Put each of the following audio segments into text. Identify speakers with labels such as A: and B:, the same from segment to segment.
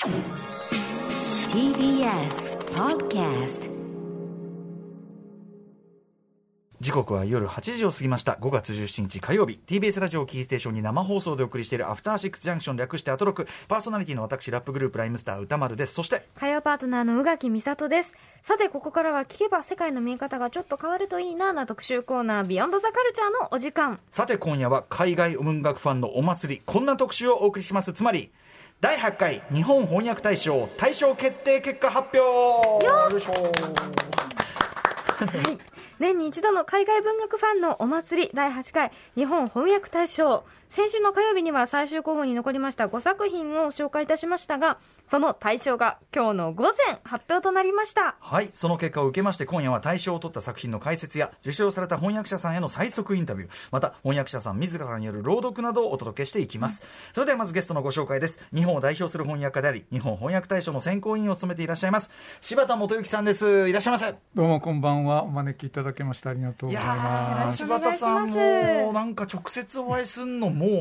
A: TBS Podcast。
B: 時刻は夜8時を過ぎました。5月17日火曜日、 TBS ラジオキーステーションに生放送でお送りしているアフターシックスジャンクション、略してアトロク。パーソナリティの私、ラップグループライムスター歌丸です。そして
C: 火曜パートナーの宇垣美里です。さて、ここからは聞けば世界の見え方がちょっと変わるといいな特集コーナー、ビヨンドザカルチャーのお時間。
B: さて、今夜は海外文学ファンのお祭り、こんな特集をお送りします。つまり第8回日本翻訳大賞大賞決定結果発表。よいしょ。
C: はい、年に一度の海外文学ファンのお祭り、第8回日本翻訳大賞。先週の火曜日には最終候補に残りました5作品を紹介いたしましたが、その大賞が今日の午前発表となりました。
B: はい、その結果を受けまして、今夜は大賞を取った作品の解説や受賞された翻訳者さんへの最速インタビュー、また翻訳者さん自らによる朗読などをお届けしていきます。それではまずゲストのご紹介です。日本を代表する翻訳家であり、日本翻訳大賞の選考委員を務めていらっしゃいます柴田元幸さんです。いらっしゃいませ。
D: どうもこんばんは。お招きいただきましてありがとうございます。
B: 柴田さんもなんか直接お会いするのもう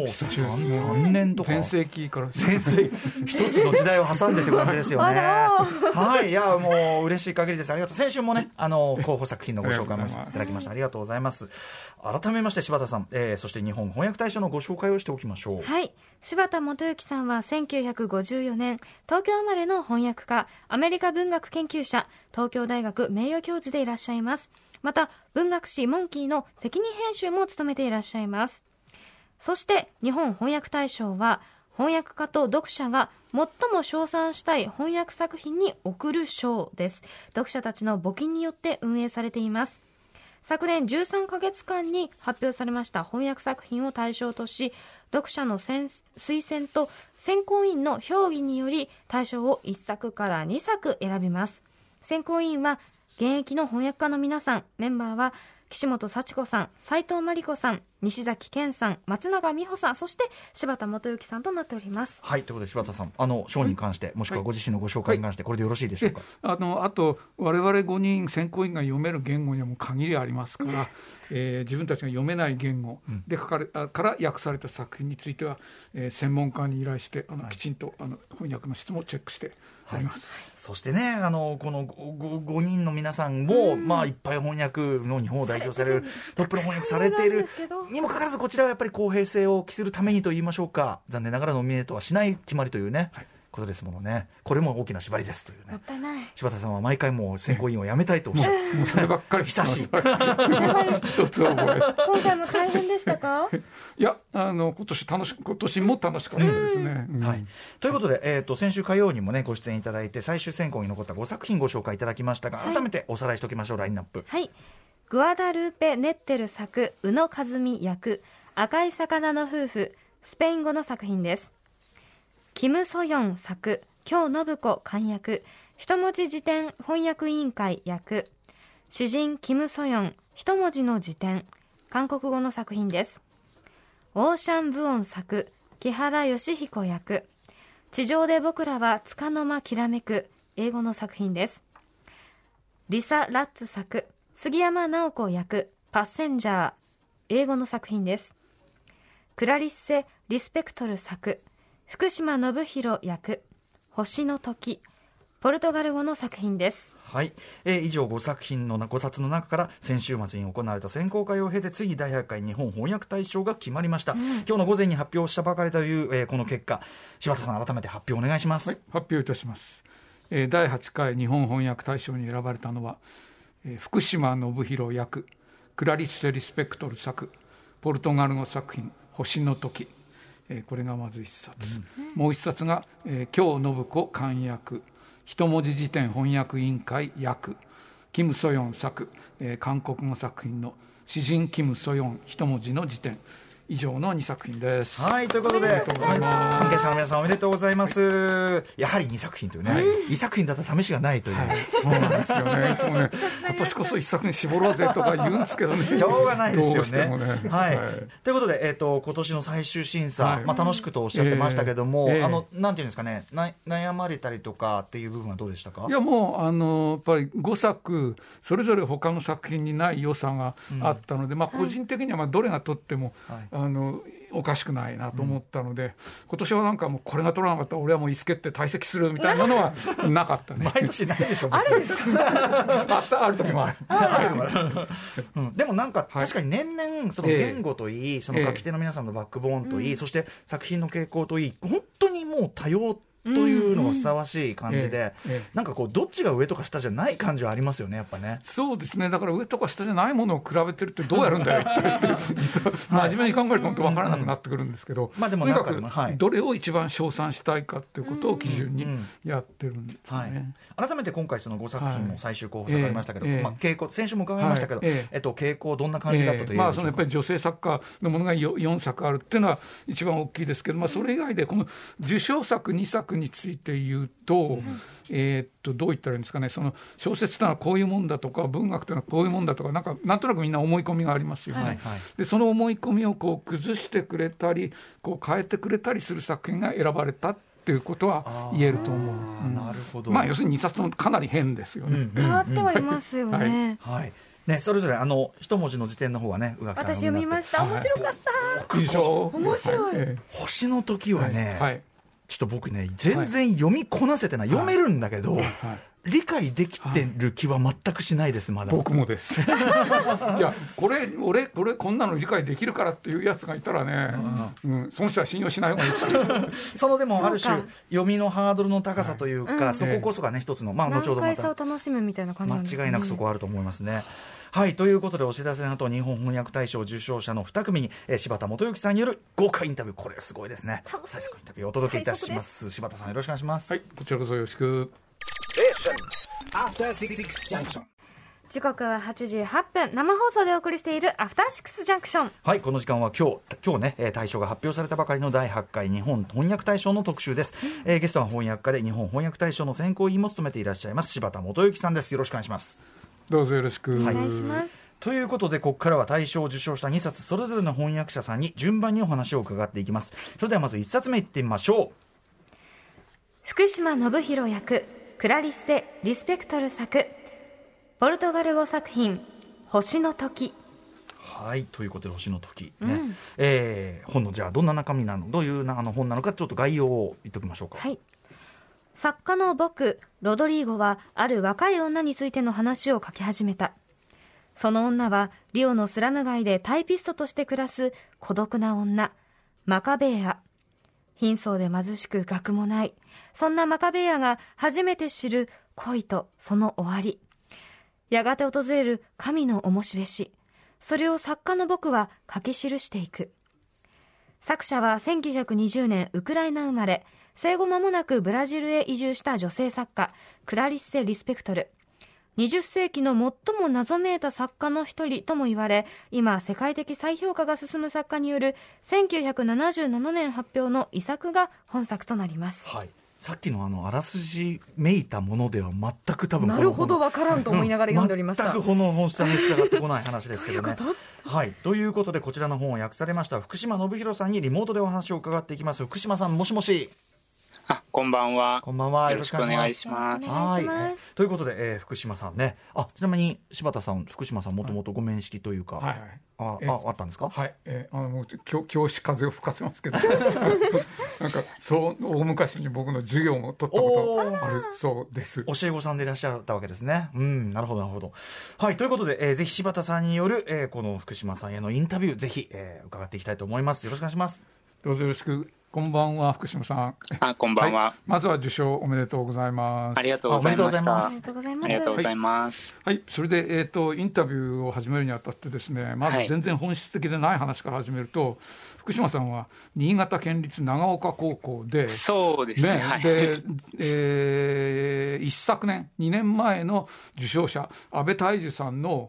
B: 3年とか
D: 全盛期から
B: 一つの時代を挟んでって感じですよね。はい、いやもう嬉しい限りです。ありがとう。先週もね候補作品のご紹介もいただきました。ありがとうございます。改めまして柴田さん、そして日本翻訳大賞のご紹介をしておきましょう。
C: はい、柴田元幸さんは1954年東京生まれの翻訳家、アメリカ文学研究者、東京大学名誉教授でいらっしゃいます。また文学誌モンキーの責任編集も務めていらっしゃいます。そして日本翻訳大賞は翻訳家と読者が最も称賛したい翻訳作品に贈る賞です。読者たちの募金によって運営されています。昨年13ヶ月間に発表されました翻訳作品を対象とし、読者の推薦と選考委員の評議により大賞を1作から2作選びます。選考委員は現役の翻訳家の皆さん。メンバーは岸本幸子さん、斉藤真理子さん、西崎健さん、松永美穂さん、そして柴田元幸さんとなっております。
B: はい、ということで柴田さん、賞に関して、もしくはご自身のご紹介に関して、これでよろしいでしょうか。
D: あと我々5人選考委員が読める言語にはもう限りありますから、自分たちが読めない言語でから訳された作品については、専門家に依頼してきちんと翻訳の質もチェックしております。
B: はい、そしてねこの 5人の皆さんも、いっぱい翻訳の日本を代表されるトップの翻訳されているにもかかわらず、こちらはやっぱり公平性を期するためにと言いましょうか、残念ながらノミネートはしない決まりというね、ことですものね。これも大きな縛りですというね。
C: もったいない。
B: 柴田さんは毎回もう選考委員を辞めたいとおっしゃる。
D: もうそればっかり
B: 久しい
D: 一つ覚え。
C: 今回も大変でしたか？
D: いや今年も楽しかったですね。
B: はい、ということで、先週火曜にもねご出演いただいて最終選考に残った5作品ご紹介いただきましたが、改めておさらいしておきましょう。ラインナップ。
C: はい、グアダルーペ・ネッテル作、宇野和美役、赤い魚の夫婦、スペイン語の作品です。キム・ソヨン作、京信子監訳、一文字辞典翻訳委員会役、詩人キム・ソヨン、一文字の辞典、韓国語の作品です。オーシャン・ブオン作、木原義彦役、地上で僕らは束の間きらめく、英語の作品です。リサ・ラッツ作、杉山直子役、パッセンジャー、英語の作品です。クラリッセ・リスペクトル作、福島信弘役、星の時、ポルトガル語の作品です。
B: はい、以上5冊の中から先週末に行われた選考会を経て、ついに第8回日本翻訳大賞が決まりました。今日の午前に発表したばかりという、この結果、柴田さん改めて発表お願いします。
D: はい、発表いたします。第8回日本翻訳大賞に選ばれたのは、福島信弘役、クラリッセ・リスペクトル作、ポルトガル語作品星の時、これがまず1冊、もう1冊が、京信子監訳、一文字辞典翻訳委員会訳、キム・ソヨン作、韓国語作品の詩人キム・ソヨン一文字の辞典、以上の2作品です。
B: はい、ということで関係者の皆さんおめでとうございます。やはり2作品というね、2作品だったら試しがないという、
D: そうなんですよね。いつもね、今年こそ1作品絞ろうぜとか言うんですけどね、
B: しょうがないですよね。
D: どうしてもね。
B: はいということで、今年の最終審査、楽しくとおっしゃってましたけども、なんていうんですかね、悩まれたりとかっていう部分はどうでしたか？
D: いやもうやっぱり5作それぞれ他の作品にない良さがあったので、個人的にはどれがとってもおかしくないなと思ったので、今年はなんかもうこれが取らなかったら俺はもう意思決定退席するみたいなのはなかったね。
B: 毎年ないでしょ別
C: あ
B: に
C: るんですか？
D: ある時もある。
B: でもなんか
D: はい
B: 確かに年々その言語といい、その書き手の皆さんのバックボーンといい、そして作品の傾向といい、本当にもう多様というのがふさわしい感じで、なんかこうどっちが上とか下じゃない感じはありますよね、やっぱね。
D: そうですね、だから上とか下じゃないものを比べてるってどうやるんだよって実は真面目に考えると本当分からなくなってくるんですけど、
B: まあでも
D: とにか
B: 中でもはい
D: くどれを一番称賛したいかっていうことを基準にやってるんですよね。
B: 改めて今回その5作品も最終候補作ありましたけど、
D: はい
B: まあ、傾向先週も伺いましたけど、傾向どんな感じだったという
D: まあ、そのやっぱり女性作家のものが4作あるっていうのは一番大きいですけど、まあ、それ以外でこの受賞作2作について言うと、どう言ったらいいんですかね、その小説というのはこういうもんだとか文学というのはこういうもんだとか、なんとなくみんな思い込みがありますよね、
B: はいはい、
D: でその思い込みをこう崩してくれたりこう変えてくれたりする作品が選ばれたっていうことは言えると思う。
B: なるほど。
D: まあ、要するに2冊ともかなり変ですよね、
C: 変わってはいますよね。
B: はいね、それぞれ一文字の辞典の方はね、宇垣さんが
C: 私読みました。面白かった。
D: いいでしょう。
C: 面白い。
B: 星の時はね、
D: はい、
B: ちょっと僕ね全然読みこなせてない、読めるんだけど、理解できてる気は全くしないです、まだ。
D: 僕もですいや俺こんなの理解できるからっていうやつがいたらね、その人は信用しない方がいいし
B: そのでもある種読みのハードルの高さというか、そここそがね一つの、まあ、後ほどま
C: 難解さ
B: た
C: を楽しむみたいな感じなんですね。
B: 間違いなくそこはあると思いますね。はい、ということでお知らせの後、日本翻訳大賞受賞者の2組に、柴田元幸さんによる豪華インタビュー、これすごいですね、最速インタビューをお届けいたします。柴田さんよろしくお願いします。
D: はい、こちらこそよろしく。
C: 時刻は8時8分、生放送でお送りしているアフターシックスジャンクション。
B: はい、この時間は今日ね、大賞が発表されたばかりの第8回日本翻訳大賞の特集です。ゲストは翻訳家で日本翻訳大賞の選考委員も務めていらっしゃいます柴田元幸さんです。よろしくお願いします。
D: どうぞよろしく
C: お願いします。
B: ということで、ここからは大賞を受賞した2冊それぞれの翻訳者さんに順番にお話を伺っていきます。それではまず1冊目いってみましょう。
C: 福島信弘役クラリッセ・リスペクトル作、ポルトガル語作品星の時。
B: はい、ということで星の時、ね、本のじゃあどんな中身なの、どういう本なのか、ちょっと概要を言っておきましょうか。
C: はい、作家の僕ロドリーゴはある若い女についての話を書き始めた。その女はリオのスラム街でタイピストとして暮らす孤独な女、マカベーア。貧相で貧しく学もない、そんなマカベーアが初めて知る恋とその終わり、やがて訪れる神の重しべし、それを作家の僕は書き記していく。作者は1920年ウクライナ生まれ、生後間もなくブラジルへ移住した女性作家クラリッセ・リスペクトル。20世紀の最も謎めいた作家の一人とも言われ、今世界的再評価が進む作家による1977年発表の遺作が本作となります。
B: はい、さっきのあらすじめいたものでは全く多分
C: なるほどわからんと思いながら読んでおりました。
B: 全くこの本質につながってこない話ですけどね。はい、ということでこちらの本を訳されました福島信弘さんにリモートでお話を伺っていきます。福島さん、もしもし。
E: こんばんは。
B: こんばんは。
E: よろしくお願いします。
B: はい。ということで、福島さんね。ちなみに柴田さん、福島さんもともとご面識というか、あったんですか。
D: はい。教師風を吹かせますけど、なんかそう大昔に僕の授業も取ったことあるそうです。
B: 教え子さんでいらっしゃったわけですね。なるほどなるほど。はい。ということで、ぜひ柴田さんによる、この福島さんへのインタビュー、ぜひ、伺っていきたいと思います。よろしくお願いします。
D: どうぞよろしく。こんばんは、福島さん。
E: こんばんは、
D: はい。まずは受賞おめでとうございます。
E: ありがとうございました。
C: ありがとうございます。
E: ありがとうございます。
D: はい。それで、インタビューを始めるにあたってですね、まず全然本質的でない話から始めると、福島さんは新潟県立長岡高校で、
E: そうですね。はい、
D: で、一昨年、2年前の受賞者、安倍泰樹さんの、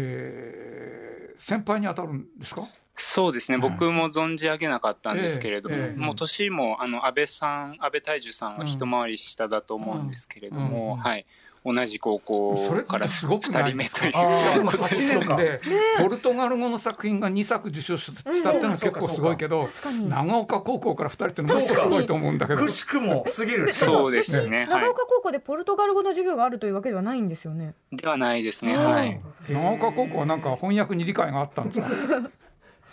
D: 先輩に当たるんですか。
E: そうですね、僕も存じ上げなかったんですけれども、もう年も安倍泰樹さんは一回り下だと思うんですけれども、はい、同じ高校から2人目という
D: 8年でポルトガル語の作品が2作受賞したっていうのは結構すごいけど、長岡高校から2人ってのもっとすごいと思うんだけど、
B: くしくもすぎる。
E: そうですね。
C: 長岡高校でポルトガル語の授業があるというわけではないんですよね。
E: ではないですね。はい。
D: 長岡高校はなんか翻訳に理解があったんですか。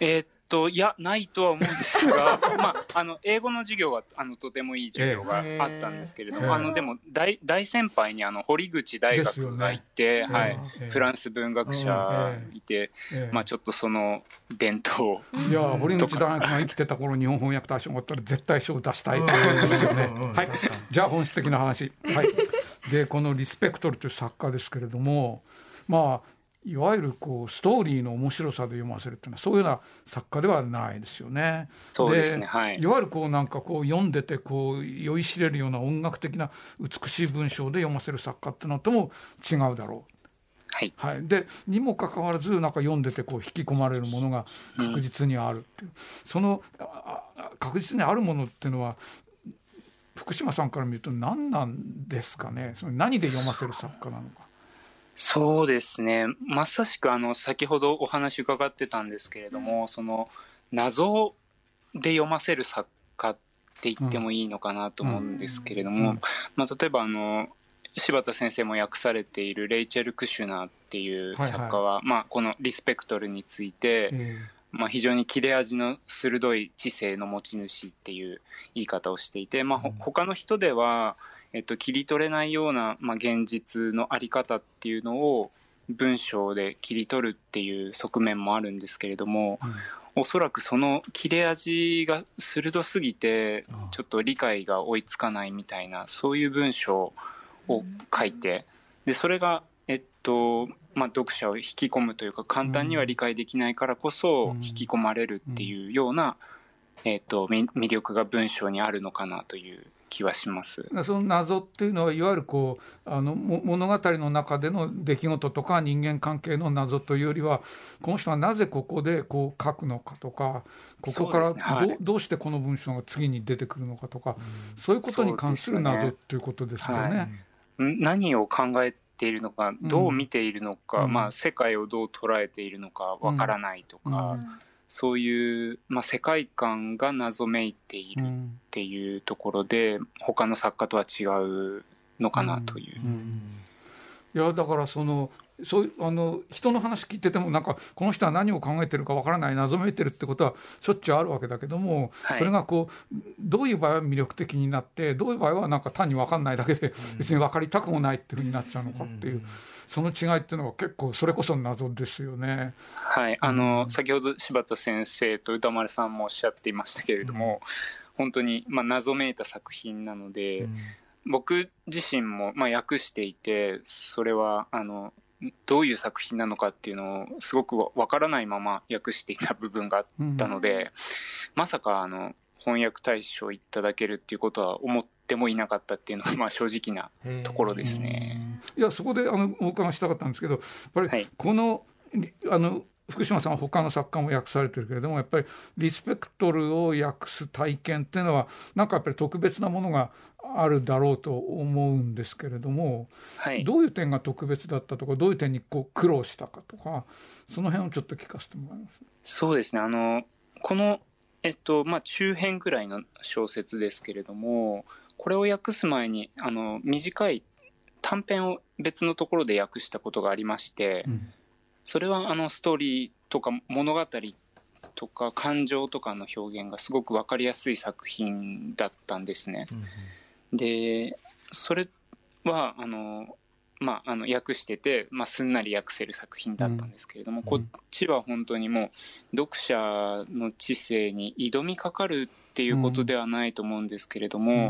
E: いや、ないとは思うんですが、英語の授業はとてもいい授業があったんですけれども、でも大先輩に堀口大学がいて、はい、フランス文学者いて、ちょっとその伝統
D: いや堀口大学が生きてた頃日本翻訳大賞があったら絶対賞を出したいですよね。はい、じゃあ本質的な話、はい、でこのリスペクトルという作家ですけれども、いわゆるストーリーの面白さで読ませるというのはそういうような作家ではないですよね。
E: そうですね、はい、
D: いわゆるなんか読んでて酔いしれるような音楽的な美しい文章で読ませる作家っていうのとも違うだろう。
E: はい
D: はい、でにもかかわらずなんか読んでて引き込まれるものが確実にあるっていう、その確実にあるものっていうのは福島さんから見ると何なんですかね。その何で読ませる作家なのか。
E: そうですね、まさしく先ほどお話伺ってたんですけれども、その謎で読ませる作家って言ってもいいのかなと思うんですけれども、例えば柴田先生も訳されているレイチェル・クシュナーっていう作家は、このリスペクトルについて、非常に切れ味の鋭い知性の持ち主っていう言い方をしていて、他の人では切り取れないような、現実の在り方っていうのを文章で切り取るっていう側面もあるんですけれども、おそらくその切れ味が鋭すぎてちょっと理解が追いつかないみたいな、そういう文章を書いて、でそれが読者を引き込むというか、簡単には理解できないからこそ引き込まれるっていうような、魅力が文章にあるのかなという気はします。
D: その謎っていうのはいわゆる物語の中での出来事とか人間関係の謎というよりは、この人はなぜここで書くのかとか、ここからどうしてこの文章が次に出てくるのかとか、そういうことに関する謎っていうことですよね。
E: 何を考えているのか、どう見ているのか、世界をどう捉えているのかわからないとか、そういう、世界観が謎めいているっていうところで、他の作家とは違うのかなという。
D: いやだからそういう人の話聞いてても、なんかこの人は何を考えてるかわからない、謎めいてるってことはしょっちゅうあるわけだけども、それがどういう場合は魅力的になって、どういう場合はなんか単に分かんないだけで別に分かりたくもないっていうふうになっちゃうのかっていう、その違いっていうのは結構それこそ謎ですよね。
E: はい、先ほど柴田先生と歌丸さんもおっしゃっていましたけれども、本当に謎めいた作品なので、僕自身も訳していて、それはどういう作品なのかっていうのをすごくわからないまま訳していた部分があったので、まさか翻訳大賞いただけるっていうことは思ってもいなかったっていうのが正直なところですね。
D: いやそこでお伺いしたかったんですけど、やっぱりこの、福島さんは他の作家も訳されてるけれども、やっぱりリスペクトルを訳す体験っていうのはなんかやっぱり特別なものがあるだろうと思うんですけれども、どういう点が特別だったとか、どういう点に苦労したかとか、その辺をちょっと聞かせてもらいます。
E: そうですね、この、中編ぐらいの小説ですけれども、これを訳す前に短い短編を別のところで訳したことがありまして、それはストーリーとか物語とか感情とかの表現がすごく分かりやすい作品だったんですね。でそれは訳してて、すんなり訳せる作品だったんですけれども、こっちは本当にもう読者の知性に挑みかかるっていうことではないと思うんですけれども、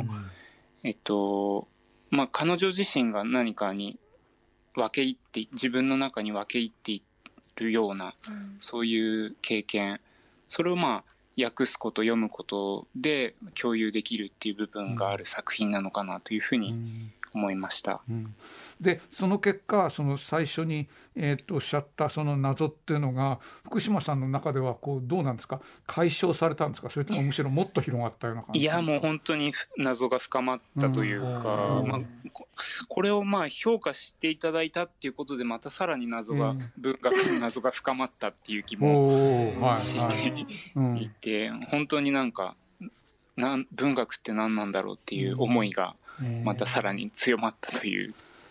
E: 彼女自身が何かに分け入って自分の中に分け入っているような、そういう経験、それを訳すこと読むことで共有できるっていう部分がある作品なのかなというふうに思いました。
D: でその結果、その最初に、おっしゃったその謎っていうのが福島さんの中ではどうなんですか、解消されたんですか、それともむしろもっと広がったような感じですか。
E: いやもう本当に謎が深まったというか、これを評価していただいたっていうことでまたさらに文学の謎が深まったっていう気もしていて、本当になんか文学って何なんだろうっていう思いがまたさらに強まったという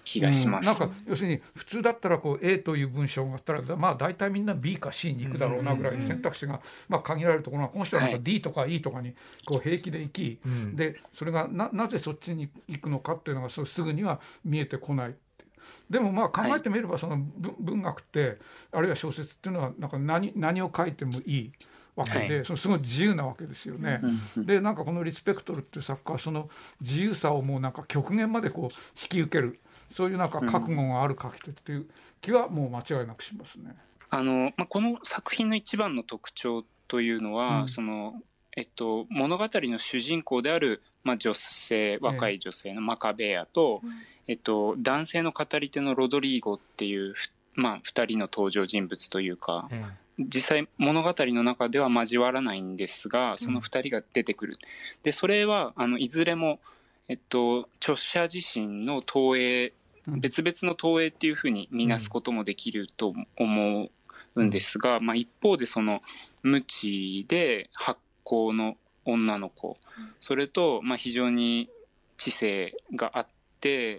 E: 気がします。
D: なんか要するに普通だったらこう A という文章があったら、まあ、大体みんな B か C に行くだろうなぐらいの選択肢がまあ限られるところが、この人はなんか D とか E とかにこう平気で行き、でそれが なぜそっちに行くのかっていうのがすぐには見えてこない。でもまあ考えてみればその文学ってあるいは小説っていうのはなんか何を書いてもいいわけで、そのすごい自由なわけですよね。でなんかこのリスペクトルっていう作家はその自由さをもうなんか極限までこう引き受ける、そういうなんか覚悟がある書き手っていう気はもう間違いなくしますね。
E: この作品の一番の特徴というのは、その物語の主人公である、女性、若い女性のマカベアと、男性の語り手のロドリーゴっていう、2人の登場人物というか、実際物語の中では交わらないんですが、その2人が出てくる。でそれはいずれも、著者自身の投影、別々の投影っていうふうに見なすこともできると思うんですが、一方でその無知で発酵の女の子、それと非常に知性があって、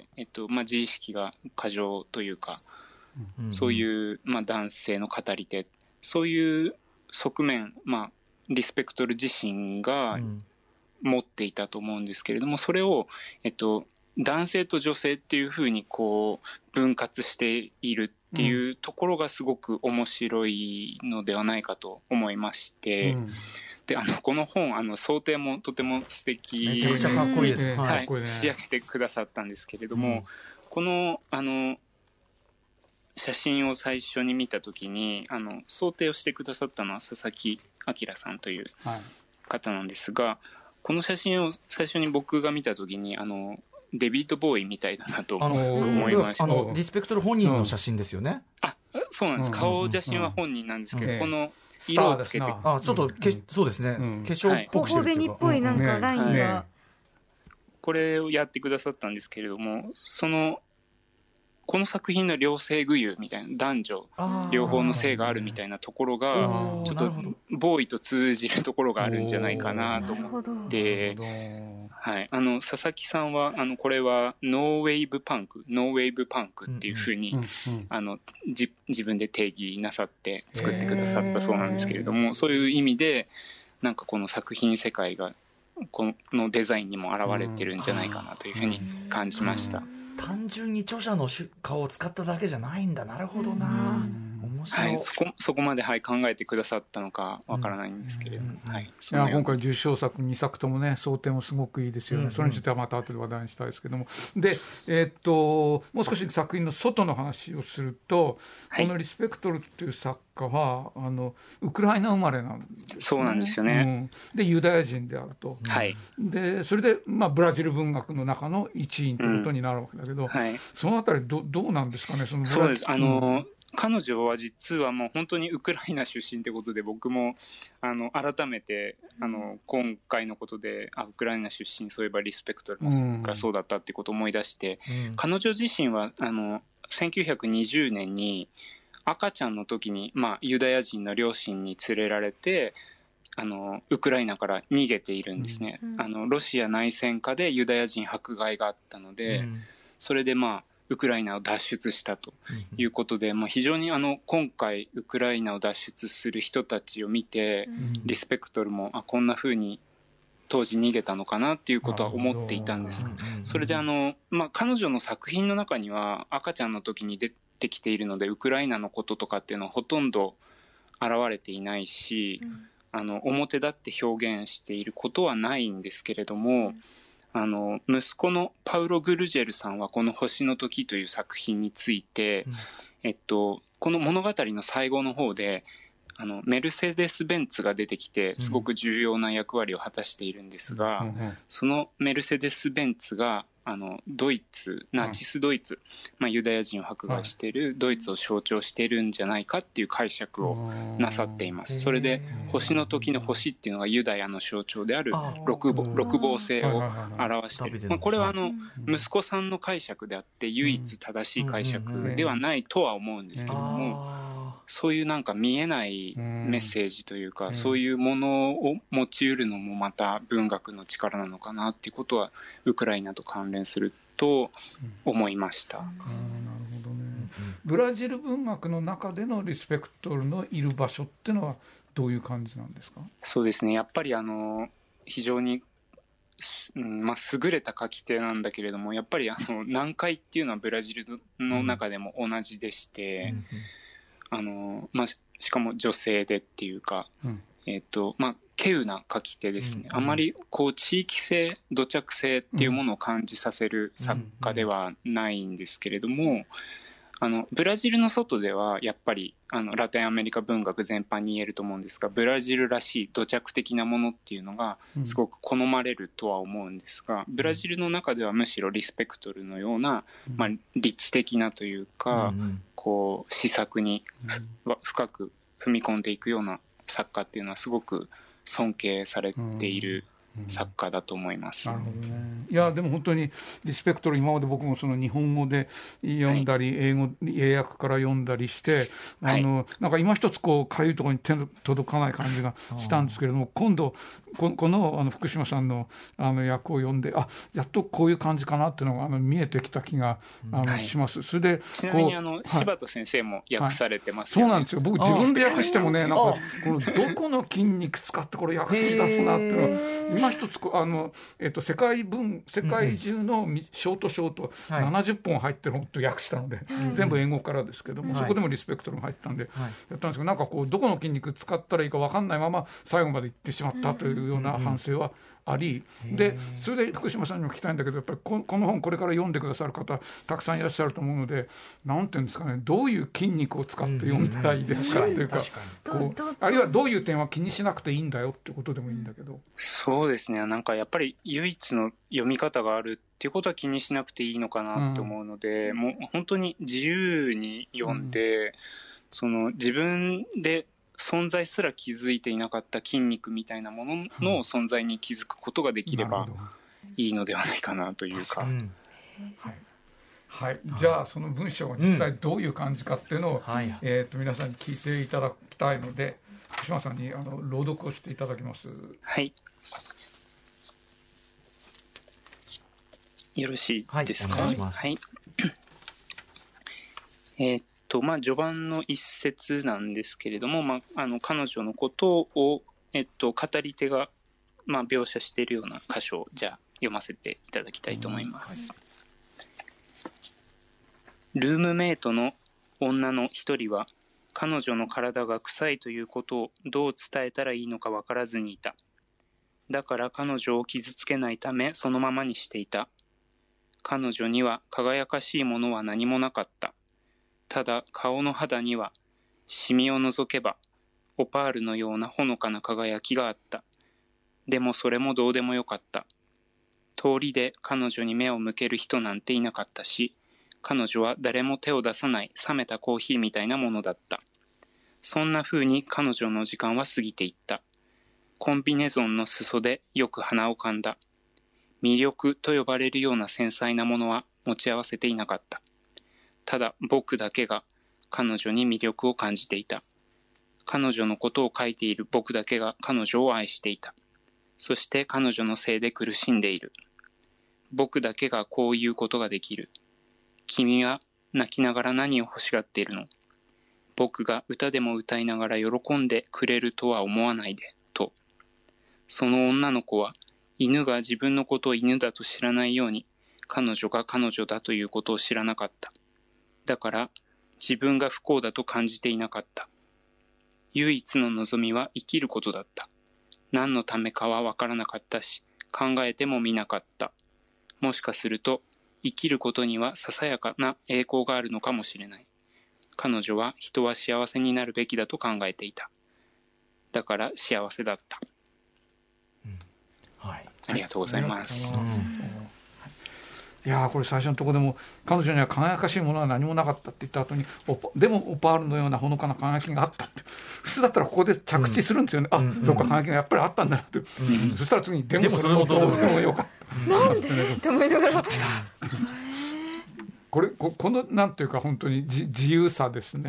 E: 自意識が過剰というか、そういう男性の語り手、そういう側面、リスペクトル自身が持っていたと思うんですけれども、それを、男性と女性っていうふうにこう分割しているっていうところがすごく面白いのではないかと思いまして、でこの本想定もとても素敵、
B: めちゃくちゃかっこいいです、
E: 仕上げてくださったんですけれども、この写真を最初に見たときに想定をしてくださったのは佐々木明さんという方なんですが、この写真を最初に僕が見たときにデビッド・ボーイみたいだなと思いました。
B: リスペクトル本人の写真ですよね。
E: そうなんです。顔写真は本人なんですけど、この色をつけて、ちょっと
B: そうですね、化粧っぽくしてるっていうか、
C: 頬紅っぽいなんかラインが、
E: これをやってくださったんですけれども、この作品の両性具有みたいな、男女両方の性があるみたいなところがちょっとボーイと通じるところがあるんじゃないかなと思って、佐々木さんはこれはノーウェーブパンクっていうふうに自分で定義なさって作ってくださったそうなんですけれども、そういう意味でなんかこの作品世界がこのデザインにも表れてるんじゃないかなというふうに感じました。
B: 単純に著者の顔を使っただけじゃないんだ。なるほどな、面白い。
E: そこまで考えてくださったのかわからないんですけれども、
D: 今回受賞作2作ともね、想定もすごくいいですよね。それについてはまた後で話題にしたいですけども、でもう少し作品の外の話をすると、このリスペクトルっていう作家はウクライナ生まれなんですね。
E: そうなんですよね。
D: でユダヤ人であると、でそれでブラジル文学の中の一員ということになるわけだけど、そのあたりどうなんですかね。
E: そうです。彼女は実はもう本当にウクライナ出身ということで、僕も改めて今回のことでウクライナ出身、そういえばリスペクトルがそうだったっていうことを思い出して、彼女自身は1920年に赤ちゃんの時に、ユダヤ人の両親に連れられてウクライナから逃げているんですね。ロシア内戦下でユダヤ人迫害があったので、それでウクライナを脱出したということで、非常に今回ウクライナを脱出する人たちを見て、リスペクトルもこんな風に当時逃げたのかなっていうことは思っていたんです。それで彼女の作品の中には赤ちゃんの時に出てきているので、ウクライナのこととかっていうのはほとんど現れていないし、表立って表現していることはないんですけれども、息子のパウロ・グルジェルさんはこの星の時という作品について、この物語の最後の方でメルセデス・ベンツが出てきてすごく重要な役割を果たしているんですが、そのメルセデス・ベンツがドイツ、ナチスドイツ、ユダヤ人を迫害しているドイツを象徴しているんじゃないかっていう解釈をなさっています。それで星の時の星っていうのがユダヤの象徴である六芒星を表している。これは息子さんの解釈であって唯一正しい解釈ではないとは思うんですけれども、そういうなんか見えないメッセージというか、そういうものを持ち得るのもまた文学の力なのかなっていうことはウクライナと関連すると思いました。
D: なるほどね。ブラジル文学の中でのリスペクトルのいる場所っていうのはどういう感じなんですか？
E: そうですね、やっぱり非常に優れた書き手なんだけれども、やっぱり難解っていうのはブラジルの中でも同じでして、しかも女性でっていうか、稀有な書き手ですね。あまり地域性、土着性っていうものを感じさせる作家ではないんですけれども、ブラジルの外ではやっぱりラテンアメリカ文学全般に言えると思うんですが、ブラジルらしい土着的なものっていうのがすごく好まれるとは思うんですが、ブラジルの中ではむしろリスペクトルのような、立地的なというか、詩作に深く踏み込んでいくような作家っていうのはすごく尊敬されている作家だと思います。
D: なるほどね。いやでも本当にリスペクトル、今まで僕もその日本語で読んだり、英訳から読んだりして、なんか今一つかゆいところに手の届かない感じがしたんですけれども、今度この福島さんの訳を読んで、やっとこういう感じかなっていうのが見えてきた気がします。それで
E: ちなみに柴田先生も訳されてますよね。
D: そうなんですよ。僕自分で訳してもね、なんかこのどこの筋肉使ってこれ訳すんだろうなっていうの今一つ世界中のショート70本入ってるのと訳したので、全部英語からですけども、そこでもリスペクトルが入ってたんでやったんですけど、なんかどこの筋肉使ったらいいか分かんないまま最後まで行ってしまったというような反省はあり、でそれで福島さんにも聞きたいんだけど、やっぱりこの本これから読んでくださる方たくさんいらっしゃると思うので、なんていうんですかね、どういう筋肉を使って読んだらいいですかというか、あるいはどういう点は気にしなくていいんだよってことでもいいんだけど。
E: そうですね、なんかやっぱり唯一の読み方があるっていうことは気にしなくていいのかなって思うので、もう本当に自由に読んで、自分で存在すら気づいていなかった筋肉みたいなものの存在に気づくことができればいいのではないかなというか。
D: はい、じゃあその文章が実際どういう感じかっていうのを、皆さんに聞いていただきたいので、福島さんに朗読をしていただきます。
E: はい、よろしいですか？
B: お願いします。
E: 序盤の一節なんですけれども、彼女のことを、語り手が、描写しているような箇所をじゃあ読ませていただきたいと思います。ルームメイトの女の一人は、彼女の体が臭いということをどう伝えたらいいのか分からずにいた。だから彼女を傷つけないためそのままにしていた。彼女には輝かしいものは何もなかった。ただ顔の肌にはシミを除けばオパールのようなほのかな輝きがあった。でもそれもどうでもよかった。通りで彼女に目を向ける人なんていなかったし、彼女は誰も手を出さない冷めたコーヒーみたいなものだった。そんな風に彼女の時間は過ぎていった。コンビネゾンの裾でよく鼻をかんだ。魅力と呼ばれるような繊細なものは持ち合わせていなかった。ただ僕だけが彼女に魅力を感じていた。彼女のことを書いている僕だけが彼女を愛していた。そして彼女のせいで苦しんでいる。僕だけがこういうことができる。君は泣きながら何を欲しがっているの？僕が歌でも歌いながら喜んでくれるとは思わないで、と。その女の子は犬が自分のことを犬だと知らないように、彼女が彼女だということを知らなかった。だから自分が不幸だと感じていなかった。唯一の望みは生きることだった。何のためかはわからなかったし、考えてもみなかった。もしかすると生きることにはささやかな栄光があるのかもしれない。彼女は人は幸せになるべきだと考えていた。だから幸せだった。ありがとうございます。
D: いやこれ最初のところでも彼女には輝かしいものは何もなかったって言った後にでもオパールのようなほのかな輝きがあったって、普通だったらここで着地するんですよね。そうか輝きがやっぱりあったんだなって、そしたら次にでもそれもどうでもよかった。
C: なんでって思いながら
D: このなんていうか本当に自由さですね。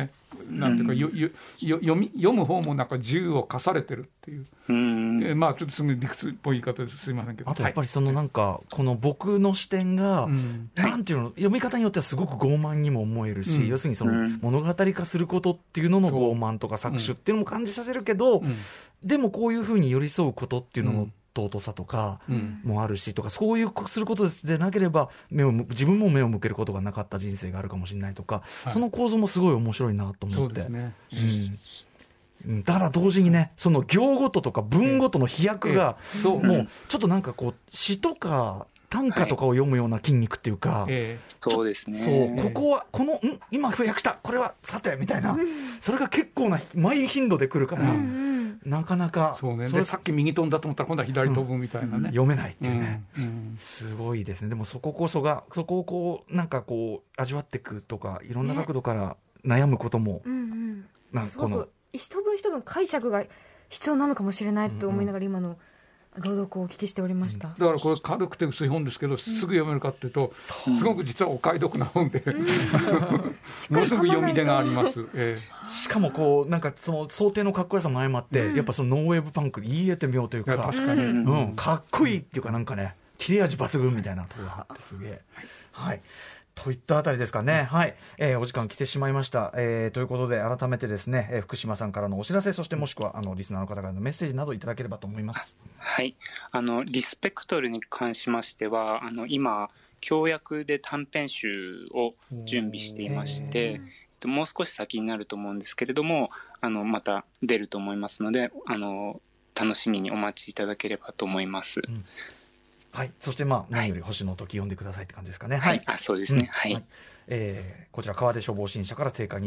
D: なんていうか、読む方もなんか自由を課されてるっていう、まあちょっとすぐ理屈っぽい言い方ですいませんけど、
B: あとやっぱりそのなんか、この僕の視点が、なんていうの、読み方によってはすごく傲慢にも思えるし、要するにその物語化することっていうのの傲慢とか搾取っていうのも感じさせるけど、でもこういうふうに寄り添うことっていうのの尊さとかもあるしとか、そういうすることでなければ自分も目を向けることがなかった人生があるかもしれないとか、その構造もすごい面白いなと思って。そうですね。だから同時にね、その行ごととか文ごとの飛躍が、もうちょっとなんかこう詩とか短歌とかを読むような筋肉っていうか、
E: そうですね。
B: そう、ここは今飛躍した、これはさてみたいな、それが結構な毎頻度で来るから、なかなか
D: そうね。でさっき右飛んだと思ったら今度は左飛ぶみたいなね、
B: 読めないっていうね、すごいですね。でもそこをこうなんかこう味わっていくとか、いろんな角度から悩むことも、
C: すごく一文一文解釈が必要なのかもしれないと思いながら今の朗読をお聞きしておりました。
D: だからこれ軽くて薄い本ですけど、すぐ読めるかっていうと、すごく実はお買い得な本でものすごく読み手があります。
B: しかもこうなんかその想定のかっこよさも相まって、やっぱそのノーウェーブパンク言い得てみようというか、
D: 確かに、
B: かっこいいっていうか、なんかね、切れ味抜群みたいなところがあってすげえ、はいといったあたりですかね。はい、お時間来てしまいました、ということで改めてですね、福島さんからのお知らせ、そしてもしくはリスナーの方からのメッセージなどいただければと思います。
E: はい、リスペクトルに関しましては今教訳で短編集を準備していまして、もう少し先になると思うんですけれども、また出ると思いますので、楽しみにお待ちいただければと思います。
B: はい、そして何より星の時読んでくださいって感じですかね。
E: はい、そうですね。はい。
B: こちら川出書房新社から定価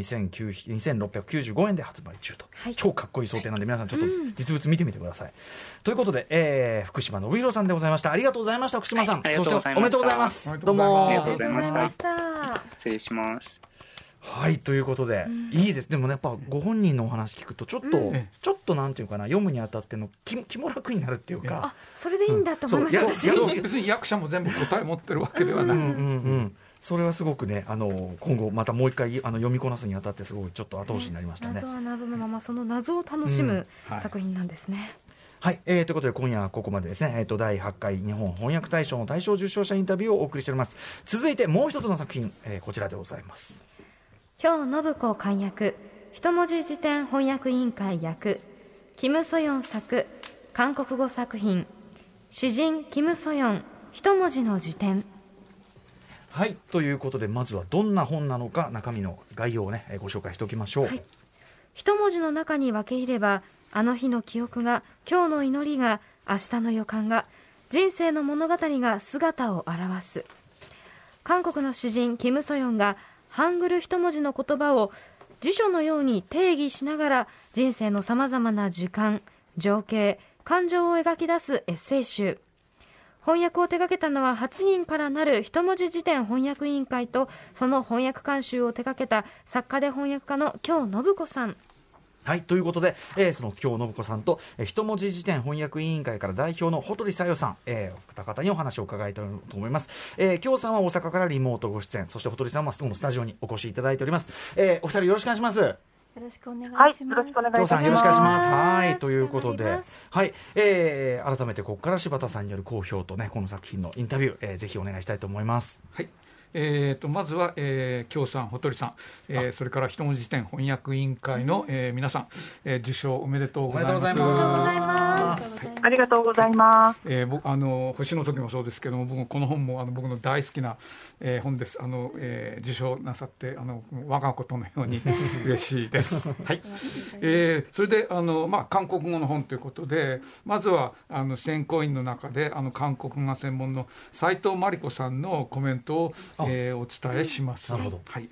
B: 2695円で発売中と、超かっこいい想定なんで皆さんちょっと実物見てみてください。ということで、福島信弘さんでございます。ありがとうございました。福島さん、そしておめでとうございます。どうも
E: ありがとうございました。失礼します。
B: はい、ということで、いいです。でもね、やっぱご本人のお話聞くとちょっとなんていうかな、読むにあたっての気も楽になるっていうか、
C: それでいいんだと思いました。
D: 別に役者も全部答え持ってるわけではない。
B: それはすごくね、今後またもう一回読みこなすにあたってすごいちょっと後押しになりましたね。
C: 謎は謎のままその謎を楽しむ作品なんですね。
B: はい、ということで今夜はここまでですね、第8回日本翻訳大賞の大賞受賞者インタビューをお送りしております。続いてもう一つの作品、こちらでございます。
C: 京信子監訳、一文字辞典翻訳委員会訳、キム・ソヨン作、韓国語作品、詩人キム・ソヨン、一文字の辞典。
B: はい、ということでまずはどんな本なのか、中身の概要をね、ご紹介しておきましょう。
C: 一文字の中に分け入れば、あの日の記憶が、今日の祈りが、明日の予感が、人生の物語が姿を表す。韓国の詩人キム・ソヨンがハングル一文字の言葉を辞書のように定義しながら人生のさまざまな時間、情景、感情を描き出すエッセイ集。翻訳を手掛けたのは8人からなる一文字辞典翻訳委員会と、その翻訳監修を手掛けた作家で翻訳家の京信子さん。
B: はい、ということで、その京信子さんと、一文字辞典翻訳委員会から代表のほとりさよさん、お二方にお話を伺いたいと思います。京さんは大阪からリモートご出演、そしてほとりさんはこのスタジオにお越しいただいております。お二人よろしくお願いします。
F: よろしくお願いします。よろしくお願いします。
B: 京さんよろしくお願いします。はい、ということで、はい、改めてここから柴田さんによる好評とね、この作品のインタビュー、ぜひお願いしたいと思います。
D: はい。まずは、京さん、ほとりさん、それから一文字辞典翻訳委員会の、皆さん、受賞おめでとうございます。
C: ありがとうございます。
F: ありがとうございます。
D: 星の時もそうですけども、僕この本も僕の大好きな、本です。受賞なさって我がことのように嬉しいです。はい。それで韓国語の本ということで、まずは選考員の中で韓国語専門の斉藤真理子さんのコメントをお伝えします。
B: なるほど。
D: はい。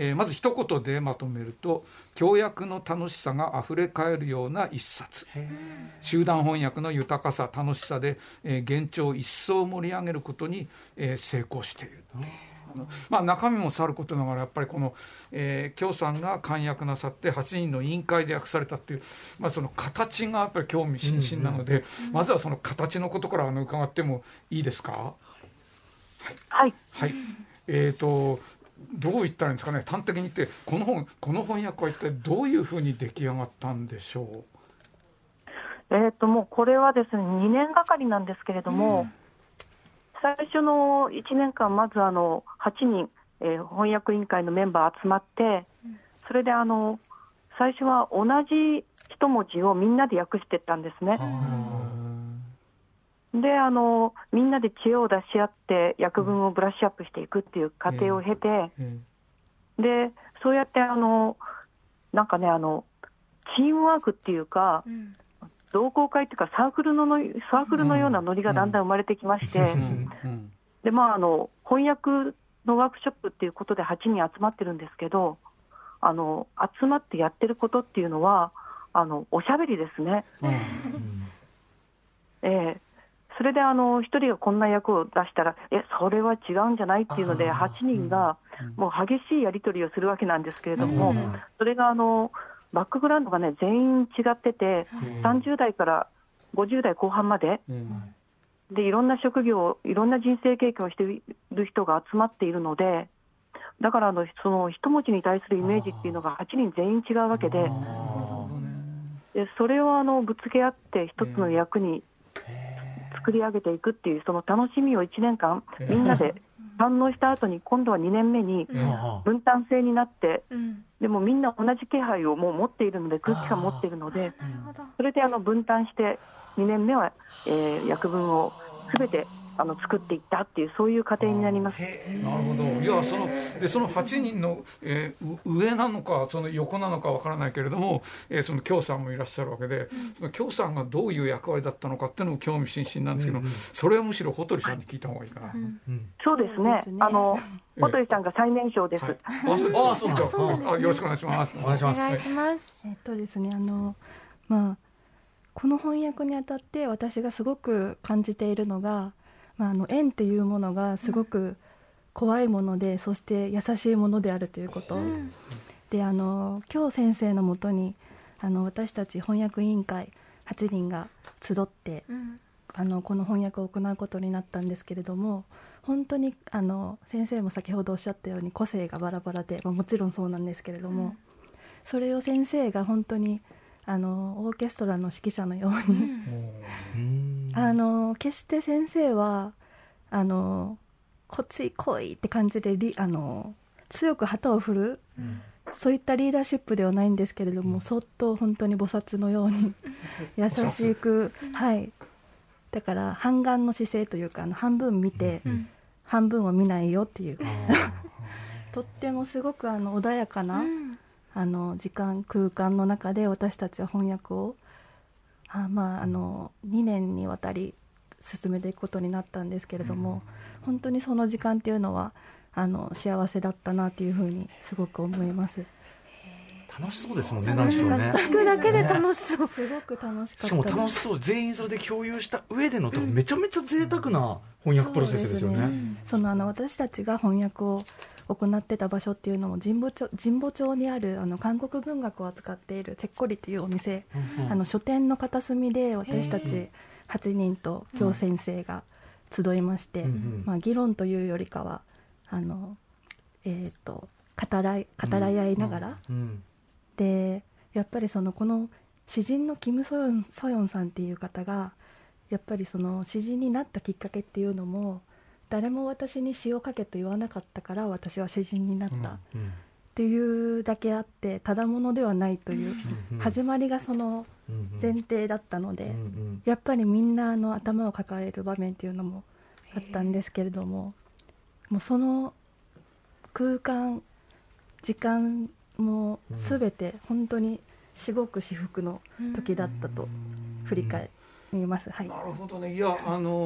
D: まず一言でまとめると、教訳の楽しさがあふれかえるような一冊。集団翻訳の豊かさ、楽しさで、現状を一層盛り上げることに、成功している。中身もさることながら、やっぱりこの、京さんが漢訳なさって8人の委員会で訳されたっていう、その形がやっぱり興味津々なので、まずはその形のことから伺ってもいいですか。
F: はい。
D: はい。 どう言ったらいいんですかね、端的に言ってこの翻訳は一体どういうふうに出来上がったんでしょ
F: う。もうこれはですね2年がかりなんですけれども、最初の1年間まず8人、翻訳委員会のメンバー集まって、それで最初は同じ一文字をみんなで訳していったんですね。でみんなで知恵を出し合って訳文をブラッシュアップしていくっていう過程を経て、でそうやってなんかねチームワークっていうか、同好会っていうかサークルのようなノリがだんだん生まれてきまして、で翻訳のワークショップっていうことで8人集まってるんですけど、集まってやってることっていうのはおしゃべりですね。それで1人がこんな役を出したらそれは違うんじゃないっていうので8人がもう激しいやり取りをするわけなんですけれども、それがバックグラウンドがね全員違ってて、30代から50代後半まで、でいろんな職業、いろんな人生経験をしている人が集まっているので、だからその一文字に対するイメージっていうのが8人全員違うわけで、それをぶつけ合って一つの役に作り上げていくっていうその楽しみを1年間みんなで堪能した後に、今度は2年目に分担制になって、でもみんな同じ気配をもう持っているので、空気感持っているので、それで分担して2年目は、訳文をすべて作っていったっていう、そういう過程になります。
D: なるほど。いやその8人の、上なのかその横なのかわからないけれども、その京さんもいらっしゃるわけで、その京さんがどういう役割だったのかっていうのも興味津々なんですけど、それはむしろほとりさんに聞いた方がいいかな。
F: そうですね。ほとりさんが最年少です。
D: そうですか。よろしくお願いします。
C: お願いします。
G: ですね、この翻訳にあたって私がすごく感じているのが、縁っていうものがすごく怖いもので、そして優しいものであるということ、で今日先生のもとに私たち翻訳委員会8人が集って、この翻訳を行うことになったんですけれども、本当に先生も先ほどおっしゃったように個性がバラバラで、もちろんそうなんですけれども、それを先生が本当にオーケストラの指揮者のように、決して先生はこっち来いって感じで強く旗を振る、そういったリーダーシップではないんですけれども、そっと本当に菩薩のように優しく、だから半眼の姿勢というか、半分見て、半分を見ないよっていうとってもすごく穏やかな、時間空間の中で私たちは翻訳を2年にわたり進めていくことになったんですけれども、本当にその時間っていうのは幸せだったなというふうにすごく思います。
B: 楽しそうですもんね、何しろね。
C: 聞くだけで楽しそう、
G: すごく楽しかった。
B: しかも楽しそう、全員それで共有した上でのと、めちゃめちゃ贅沢な翻訳プロセスですよね。
G: 私たちが翻訳を行ってた場所っていうのも神保町にある韓国文学を扱っているチェッコリというお店、書店の片隅で私たち8人と京先生が集いまして、議論というよりかは語らい合いながら、でやっぱりこの詩人のキム・ソヨンさんっていう方がやっぱり詩人になったきっかけっていうのも、誰も私に詩を書けと言わなかったから私は詩人になったっていうだけあって、ただものではないという始まりがその前提だったので、やっぱりみんな頭を抱える場面っていうのもあったんですけれども、もうその空間時間も全て本当に至極至福の時だったと振り返ります。なる
D: ほどね。いや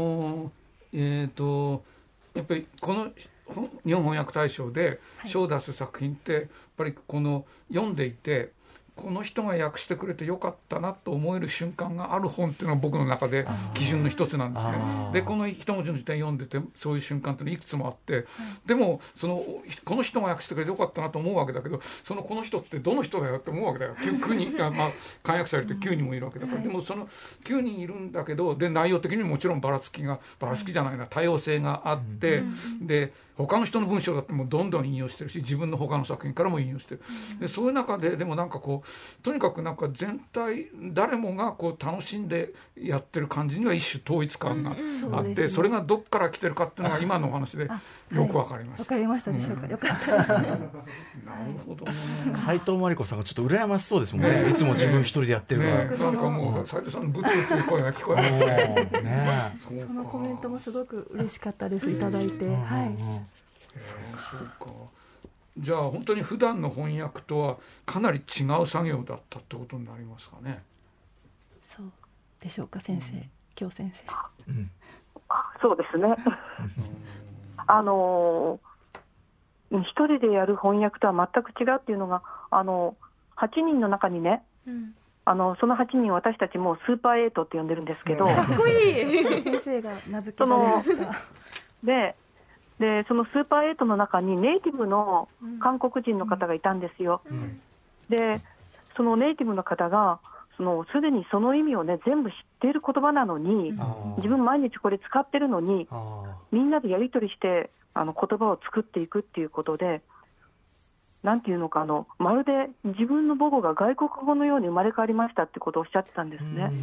D: やっぱりこの日本翻訳大賞で賞を出す作品って、やっぱり読んでいてこの人が訳してくれてよかったなと思える瞬間がある本っていうのが僕の中で基準の一つなんですね。でこの一文字の時点読んでてそういう瞬間っていうのいくつもあって、でもこの人が訳してくれてよかったなと思うわけだけど、この人ってどの人だよって思うわけだよ。9人漢訳者いると9人もいるわけだから、でもその9人いるんだけど、で内容的にもちろんばらつきじゃないな、多様性があって、で他の人の文章だってもうどんどん引用してるし、自分の他の作品からも引用してる。でそういう中ででもなんかこうとにかくなんか全体誰もがこう楽しんでやってる感じには一種統一感があって、それがどっから来てるかっていうのが今のお話でよくわかりました。
G: わかりましたでしょうか。よかったです。なる
D: ほどね。
B: 斉藤真理子さんがちょっと羨ましそうですもんね。いつも自分一人でやってるから。
D: なんかもう斉藤さんのブツブツいう声が聞こえますね。
G: そのコメントもすごく嬉しかったです。いただいて。はい。
D: そうか。じゃあ本当に普段の翻訳とはかなり違う作業だったってことになりますかね。
G: そうでしょうか先生、京先生。
F: そうですね。一人でやる翻訳とは全く違うっていうのが8人の中にね、その8人私たちもスーパー8って呼んでるんですけど、
C: かっこいい
G: 先生が名付けられました。
F: でそのスーパー8の中にネイティブの韓国人の方がいたんですよ。でそのネイティブの方がすでにその意味をね全部知っている言葉なのに、自分毎日これ使ってるのに、みんなでやり取りして言葉を作っていくっていうことで、なんていうのかまるで自分の母語が外国語のように生まれ変わりましたってことをおっしゃってたんですね。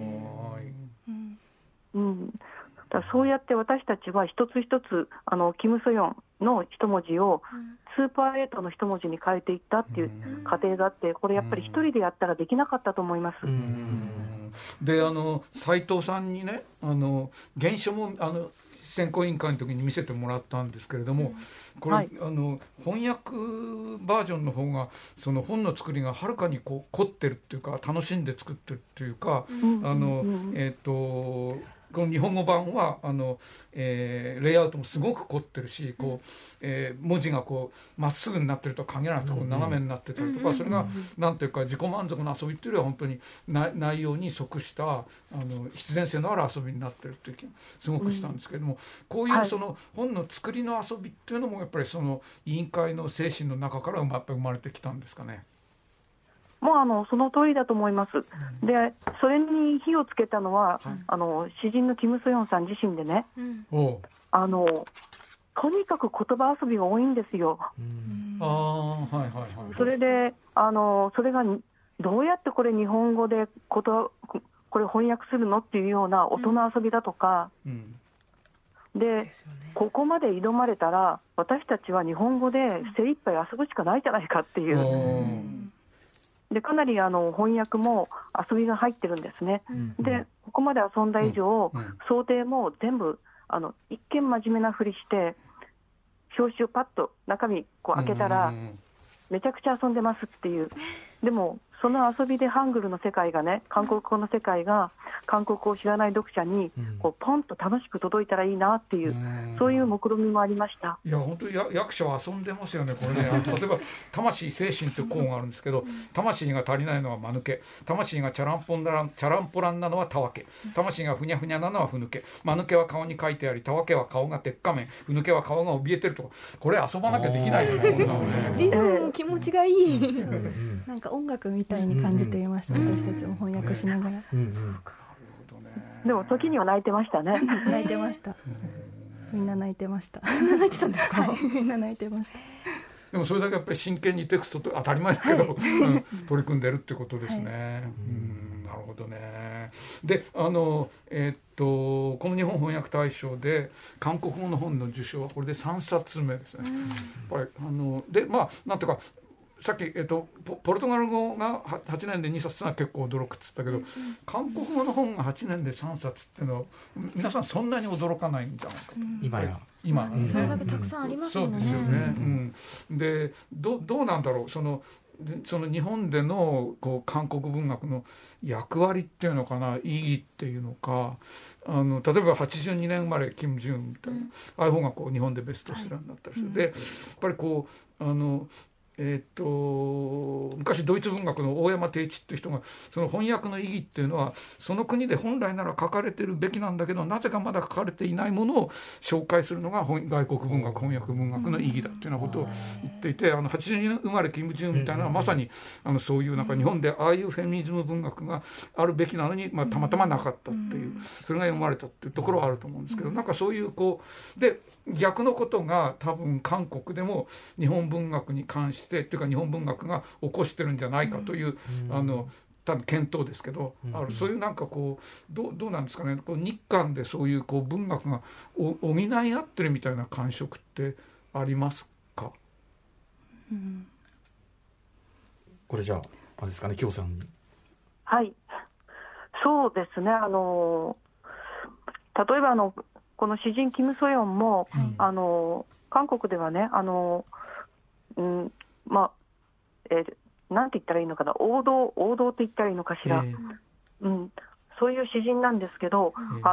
F: だからそうやって私たちは一つ一つキム・ソヨンの一文字をスーパー8の一文字に変えていったっていう過程があって、これやっぱり一人でやったらできなかったと思います。
D: で斉藤さんにね原書も選考委員会の時に見せてもらったんですけれども、これ、翻訳バージョンの方がその本の作りがはるかにこう凝ってるっていうか楽しんで作ってるっていうか、この日本語版はレイアウトもすごく凝ってるし、こう文字がこうまっすぐになってるとは限らなくてこう斜めになってたりとか、それがなんていうか自己満足の遊びっていうよりは本当に内容に即した必然性のある遊びになってるっていう気がすごくしたんですけれども、こういうその本の作りの遊びっていうのもやっぱりその委員会の精神の中からやっぱり生まれてきたんですかね。
F: もうその通りだと思います。でそれに火をつけたのは、詩人のキム・ソヨンさん自身でね、とにかく言葉遊びが多いんですよ。それでそれがどうやってこれ日本語でこれ翻訳するのっていうような音の遊びだとか、でここまで挑まれたら私たちは日本語で精一杯遊ぶしかないじゃないかっていう。でかなり翻訳も遊びが入ってるんですね。でここまで遊んだ以上、想定も全部一見真面目なふりして表紙をパッと中身こう開けたら、めちゃくちゃ遊んでますっていう。でもその遊びでハングルの世界がね、韓国語の世界が韓国語を知らない読者にこうポンと楽しく届いたらいいなっていう、そういう目論みもありました。
D: いや本当に役者は遊んでますよねこれね。例えば魂精神という項があるんですけど、魂が足りないのは間抜け、魂がチャランポランなのはたわけ、魂がふにゃふにゃなのはふぬけ、間抜けは顔に書いてあり、たわけは顔が鉄仮面、ふぬけは顔が怯えてるとか、これ遊ばなきゃできないよねこんなのね。
C: リズムも気持ちがいい。
G: なんか音楽みたいに感じていました、私たちも翻訳しながら。
F: でも時には泣いてましたね。
G: 泣いてました。みんな泣いてました。
C: みんな泣いてたんですか。
G: みんな泣いてました。
D: でもそれだけやっぱり真剣にテクストと当たり前だけど、取り組んでるってことですね。なるほどね。でこの日本翻訳大賞で韓国語の本の受賞はこれで3冊目ですね。やっぱりでなんていうか。さっき、ポルトガル語が8年で2冊ってのは結構驚くって言ったけど、韓国語の本が8年で3冊っていうのは皆さんそんなに驚かないんじゃないか、今ね、
C: それだけたくさんありますもんね。
D: そうですよね。でどうなんだろう、その日本でのこう韓国文学の役割っていうのかな、意義っていうのか、例えば82年生まれキム・ジュンみたいな、ああいう本がこう日本でベストセラーになったりして、でやっぱりこう昔ドイツ文学の大山定一っていう人が、その翻訳の意義っていうのはその国で本来なら書かれてるべきなんだけど、なぜかまだ書かれていないものを紹介するのが外国文学翻訳文学の意義だっていうようなことを言っていて、80年生まれキム・ジュンみたいなのはまさにそういうなんか日本でああいうフェミニズム文学があるべきなのに、たまたまなかったっていう、それが読まれたっていうところはあると思うんですけど、なんかそういうで逆のことが多分韓国でも日本文学に関してっていうか日本文学が起こしてるんじゃないかという、多分検討ですけど、そういうなんかどうなんですかね、日韓でそういう文学が補い合ってるみたいな感触ってありますか？
B: これじゃああれですかね、京さんに。
F: はい、そうですね、例えばこの詩人キム・ソヨンも、韓国ではね、なんて言ったらいいのかな、王道って言ったらいいのかしら、そういう詩人なんですけど、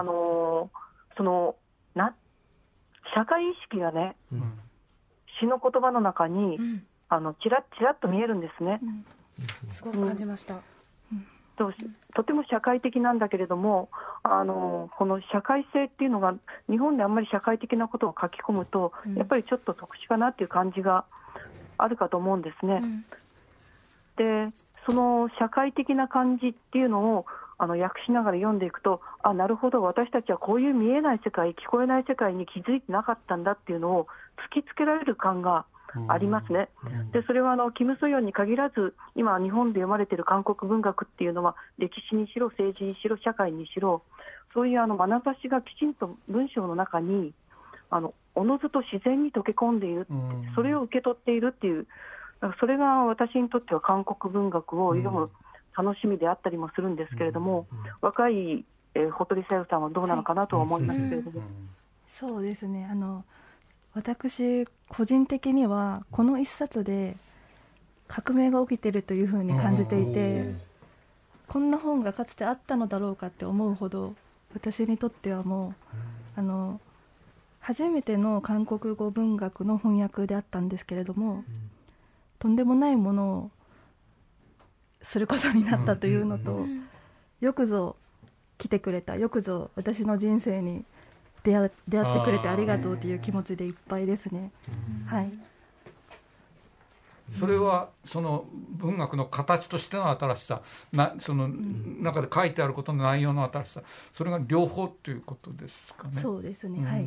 F: 社会意識がね、詩の言葉の中に、ちらっと見えるんですね。
C: すごく感じました。
F: とても社会的なんだけれども、この社会性っていうのが日本であんまり社会的なことを書き込むと、やっぱりちょっと特殊かなっていう感じがあるかと思うんですね。でその社会的な感じっていうのを訳しながら読んでいくと、なるほど、私たちはこういう見えない世界、聞こえない世界に気づいてなかったんだっていうのを突きつけられる感がありますね。でそれはキム・ソヨンに限らず、今日本で読まれている韓国文学っていうのは、歴史にしろ政治にしろ社会にしろ、そういう眼差しがきちんと文章の中におのずと自然に溶け込んでいる、それを受け取っているっていう、それが私にとっては韓国文学を読む楽しみであったりもするんですけれども、若いほとりさゆさんはどうなのかなとは思いますけれども。
G: そうですね、私個人的にはこの一冊で革命が起きているというふうに感じていて、こんな本がかつてあったのだろうかって思うほど、私にとってはもう初めての韓国語文学の翻訳であったんですけれども、とんでもないものをすることになったというのと、よくぞ来てくれた、よくぞ私の人生に出会ってくれてありがとうという気持ちでいっぱいですね。はい、
D: それはその文学の形としての新しさ、その中で書いてあることの内容の新しさ、それが両方ということですかね。
G: そうですね、はい。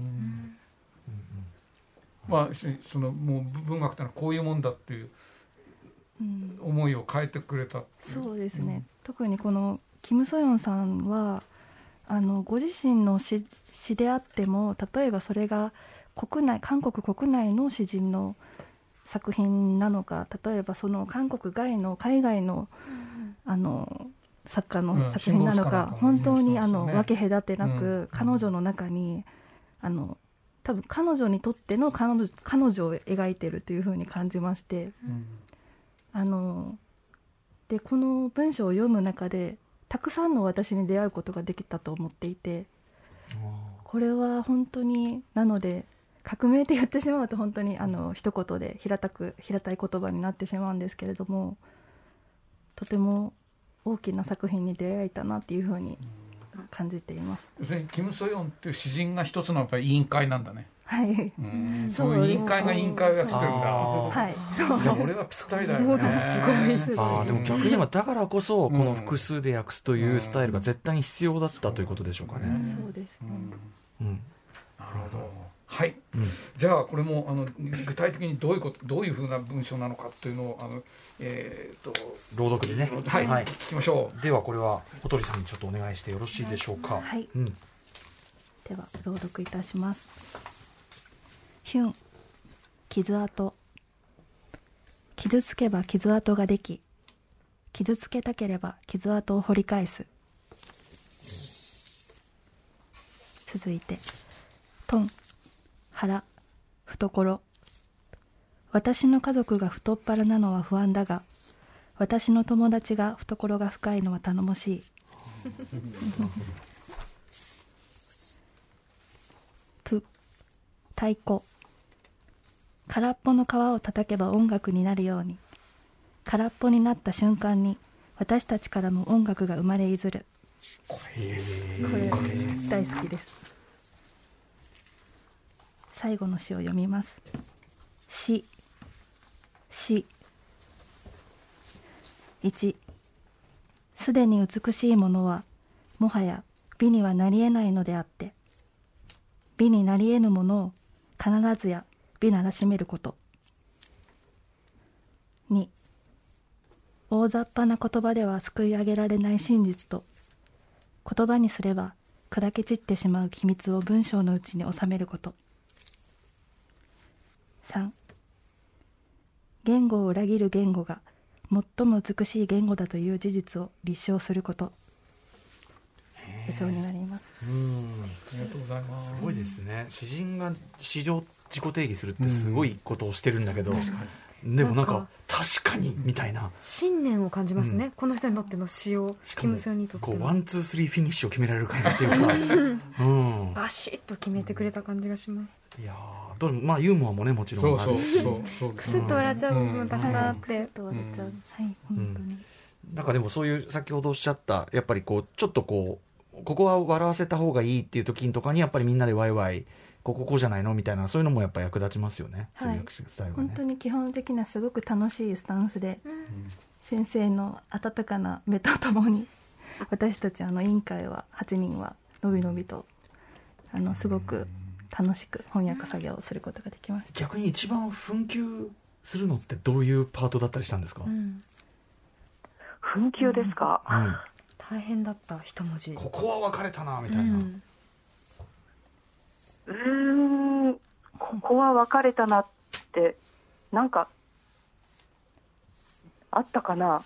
D: そのもう文学というのはこういうもんだっていう思いを変えてくれたっていう。
G: そうですね、特にこのキム・ソヨンさんはご自身の詩であっても、例えばそれが韓国国内の詩人の作品なのか、例えばその韓国外の海外の、作家の作品なのか、本当に分け隔てなく、彼女の中に多分彼女にとっての彼女を描いているというふうに感じまして、でこの文章を読む中でたくさんの私に出会うことができたと思っていて、これは本当に、なので革命って言ってしまうと本当に一言で平たい言葉になってしまうんですけれども、とても大きな作品に出会えたなっていうふうに感じています。
D: 要するにキム・ソヨンっていう詩人が一つのやっぱり委員会なんだね。
G: はい、
D: その委員会が委員会をやってるんだ。
G: はい、
D: いや俺はぴったりだよね。
G: すごい。
B: でも逆にはだからこそこの複数で訳すというスタイルが絶対に必要だったということでしょうかね。
G: そうですね。
D: なるほど。はい、じゃあこれも具体的にどういうふうな文章なのかっていうのを
B: 朗読でね、
D: はい、聞きましょう。
B: ではこれはほとりさんにちょっとお願いしてよろしいでしょうか。
G: はい、では朗読いたします。ヒュン、傷跡。傷つけば傷跡ができ、傷つけたければ傷跡を掘り返す。続いてトン、腹、懐。私の家族が太っ腹なのは不安だが、私の友達が懐が深いのは頼もしい。プ、太鼓。 空っぽの皮を叩けば音楽になるように、空っぽになった瞬間に私たちからも音楽が生まれいずる。これ大好きです。最後の詩を読みます。詩。1、すでに美しいものはもはや美にはなり得ないのであって、美になり得ぬものを必ずや美ならしめること。2、大雑把な言葉ではすくい上げられない真実と、言葉にすれば砕け散ってしまう秘密を文章のうちに収めること。3、言語を裏切る言語が最も美しい言語だという事実を立証すること。以上になります。
D: ありがとうございます。
B: すごいですね。詩人が詩を自己定義するってすごいことをしてるんだけど、でもなんか確かにみたいな
C: 信念を感じますね、この人にとっての詩を。キム・ソヨンにとって
B: こうワンツースリーフィニッシュを決められる感じっていうか
C: バシッと決めてくれた感じがします。
B: いやどれもまあユーモアもねもちろんあるし、
C: クスッと笑っちゃう部分もたくさんあって、
G: はい本当に
B: なんかでもそういう先ほどおっしゃったやっぱりこうちょっとここは笑わせた方がいいっていう時とかにやっぱりみんなでワイワイこうじゃないのみたいなそういうのもやっぱり役立ちますよね。
G: はい、
B: そういうスタイルはね。
G: 本当に基本的なすごく楽しいスタンスで、先生の温かな目とともに私たち委員会は8人はのびのびとすごく楽しく翻訳作業をすることができました。
B: 逆に一番紛糾するのってどういうパートだったりしたんですか？
F: 紛糾ですか？
C: 大変だった一文字。
B: ここは分かれたなみたいな。
F: ここは分かれたなってなんかあったかな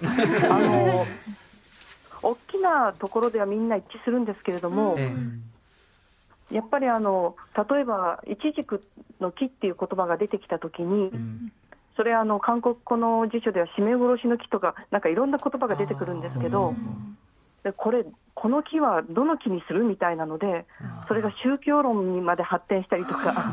F: 大きなところではみんな一致するんですけれども、やっぱり例えばイチジクの木っていう言葉が出てきたときに、それ韓国語の辞書では締め殺しの木とかなんかいろんな言葉が出てくるんですけど、でこの木はどの木にするみたいなので、それが宗教論にまで発展したりとか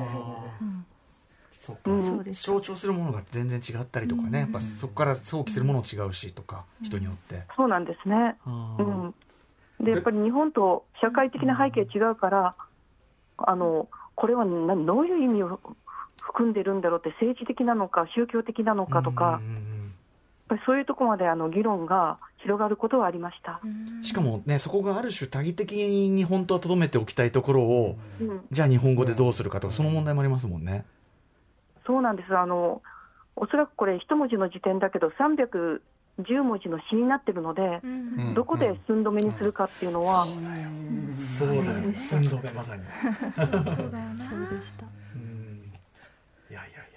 B: 象徴するものが全然違ったりとかね、やっぱそこから想起するもの違うしとか、人によって
F: そうなんですね。でやっぱり日本と社会的な背景違うから、これはどういう意味を含んでるんだろうって、政治的なのか宗教的なのかとか、やっぱりそういうところまで議論が広がることはありました。
B: しかもね、そこがある種多義的に本当は留めておきたいところを、じゃあ日本語でどうするかとか、その問題もありますもんね。
F: そうなんです。おそらくこれ一文字の時点だけど310文字の詩になってるので、どこで寸止めにするかっていうのは、
B: そうだよね、寸止めまさに
C: そうだよな。
G: そうでした。
B: いや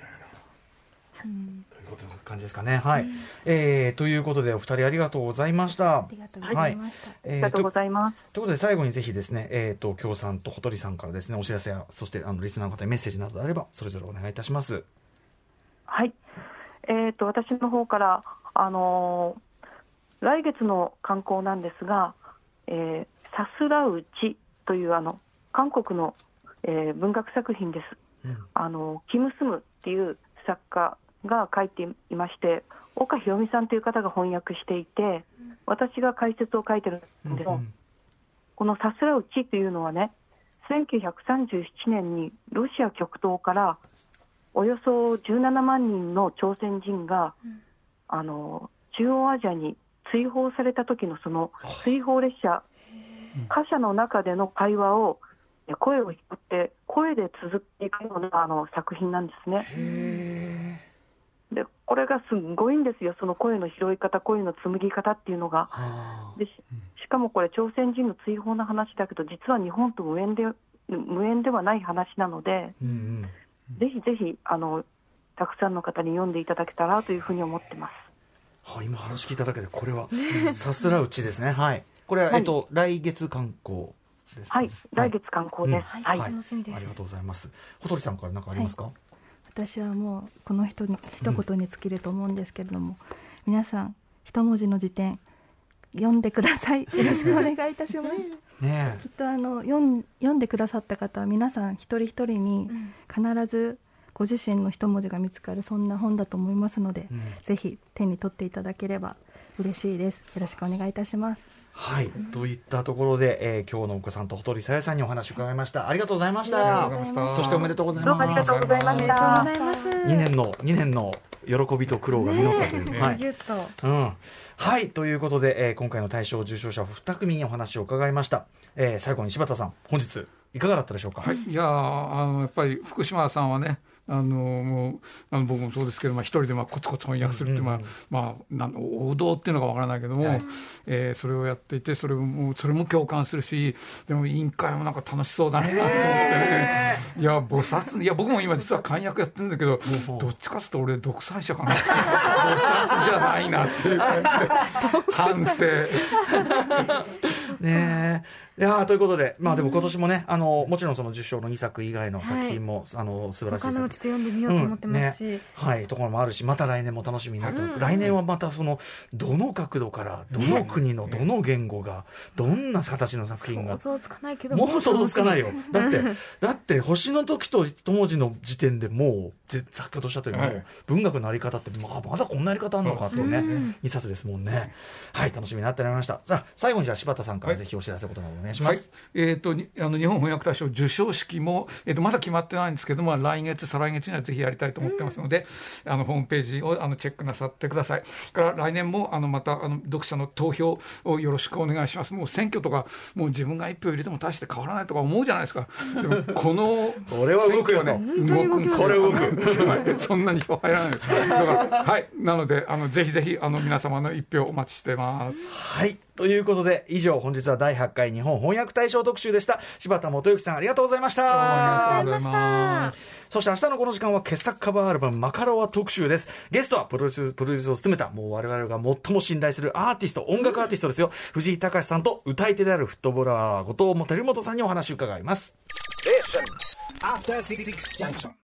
B: ということな感じですかね。はい、ということでお二人ありがとうございました。
G: ありがとうございました。
F: ありがとうございます。
B: ということで最後にぜひですね、京さんとほとりさんからですね、お知らせや、そしてリスナーの方にメッセージなどあればそれぞれお願いいたします。
F: はい、私の方から、来月の刊行なんですが、さすらうちという韓国の、文学作品です。キム・スムっていう作家が書いていまして、岡ひろみさんという方が翻訳していて、私が解説を書いてるんですけど、このさすらうちというのはね、1937年にロシア極東からおよそ17万人の朝鮮人が、中央アジアに追放された時のその追放列車、貨車の中での会話を声を拾って声で綴っていくような作品なんですね。でこれがすごいんですよ、その声の拾い方、声の紡ぎ方っていうのが。で しかもこれ朝鮮人の追放の話だけど、実は日本と無縁ではない話なので、ぜひぜひたくさんの方に読んでいただけたらというふうに思ってます。
B: 今話聞いただけでこれはさすらうちですね。はい、これは、来月刊行です、ね。はい、
F: 来月刊行です。
C: 楽しみです。
B: ありがとうございます。ほとりさんから何かありますか？
G: 私はもうこの一言に尽きると思うんですけれども、皆さん一文字の辞典読んでください。よろしくお願いいたします。きっと読んでくださった方は皆さん一人一人に必ずご自身の一文字が見つかるそんな本だと思いますので、ぜひ手に取っていただければ嬉しいです。よろしくお願いいたします。
B: はい、といったところで、今日のお子さんとほとりさやさんにお話を伺いました。ありがとうございました。そしておめでとうございます。
F: どうもありがとうございました。
B: 2年の喜びと苦労が実ったという、はい、ということで、今回の大賞受賞者2組にお話を伺いました。最後に柴田さん、本日いかがだったでしょうか。
D: はい、いややっぱり福島さんはね、もう僕もそうですけど、一人でコツコツ翻訳するって、王道っていうのかわからないけども、それをやっていて、それも共感するし、でも委員会もなんか楽しそうだねと思ってね、いや僕も今実は漢訳やってるんだけど、どっちかっていうと俺独裁者かなって菩薩じゃないなっていう感じで反省
B: ねえ。いやということで、でも今年もね、もちろんその受賞の2作以外の作品も、素晴らしい作品、
C: 他のうちと読んでみようと思ってますし、
B: はい、ところもあるし、また来年も楽しみになって、来年はまたどの角度からどの国のどの言語がどんな形の作品が、
C: 想像つかないけど、
B: もう想像つかないよ。だって星の時と一文字の時点でもう先ほどおっしゃったように、文学のあり方ってまだこんなやり方あるのかっていうね、2冊ですもんね。はい、楽しみになってまいりました。さあ最後にじゃあ柴田さんからぜひお知らせことなどお願いします。
D: 日本翻訳大賞授賞式も、まだ決まってないんですけども、来月再来月にはぜひやりたいと思ってますので、ホームページをチェックなさってください。から来年もまた読者の投票をよろしくお願いします。もう選挙とかもう自分が一票入れても大して変わらないとか思うじゃないですか。でもこの
B: これは動くよね。これ動く。
D: そんなに票入らない。だからはい、なのでぜひぜひ皆様の一票お待ちしてます。
B: はい、ということで以上、本日は第8回日本翻訳大賞特集でした。柴田元幸さん、ありがとうございました。
D: ありがとうございます。
B: そして明日のこの時間は傑作カバーアルバムマカロワ特集です。ゲストはプロデュースを務めた、もう我々が最も信頼するアーティスト、音楽アーティストですよ、藤井隆さんと歌い手であるフットボーラー後藤輝元さんにお話を伺います。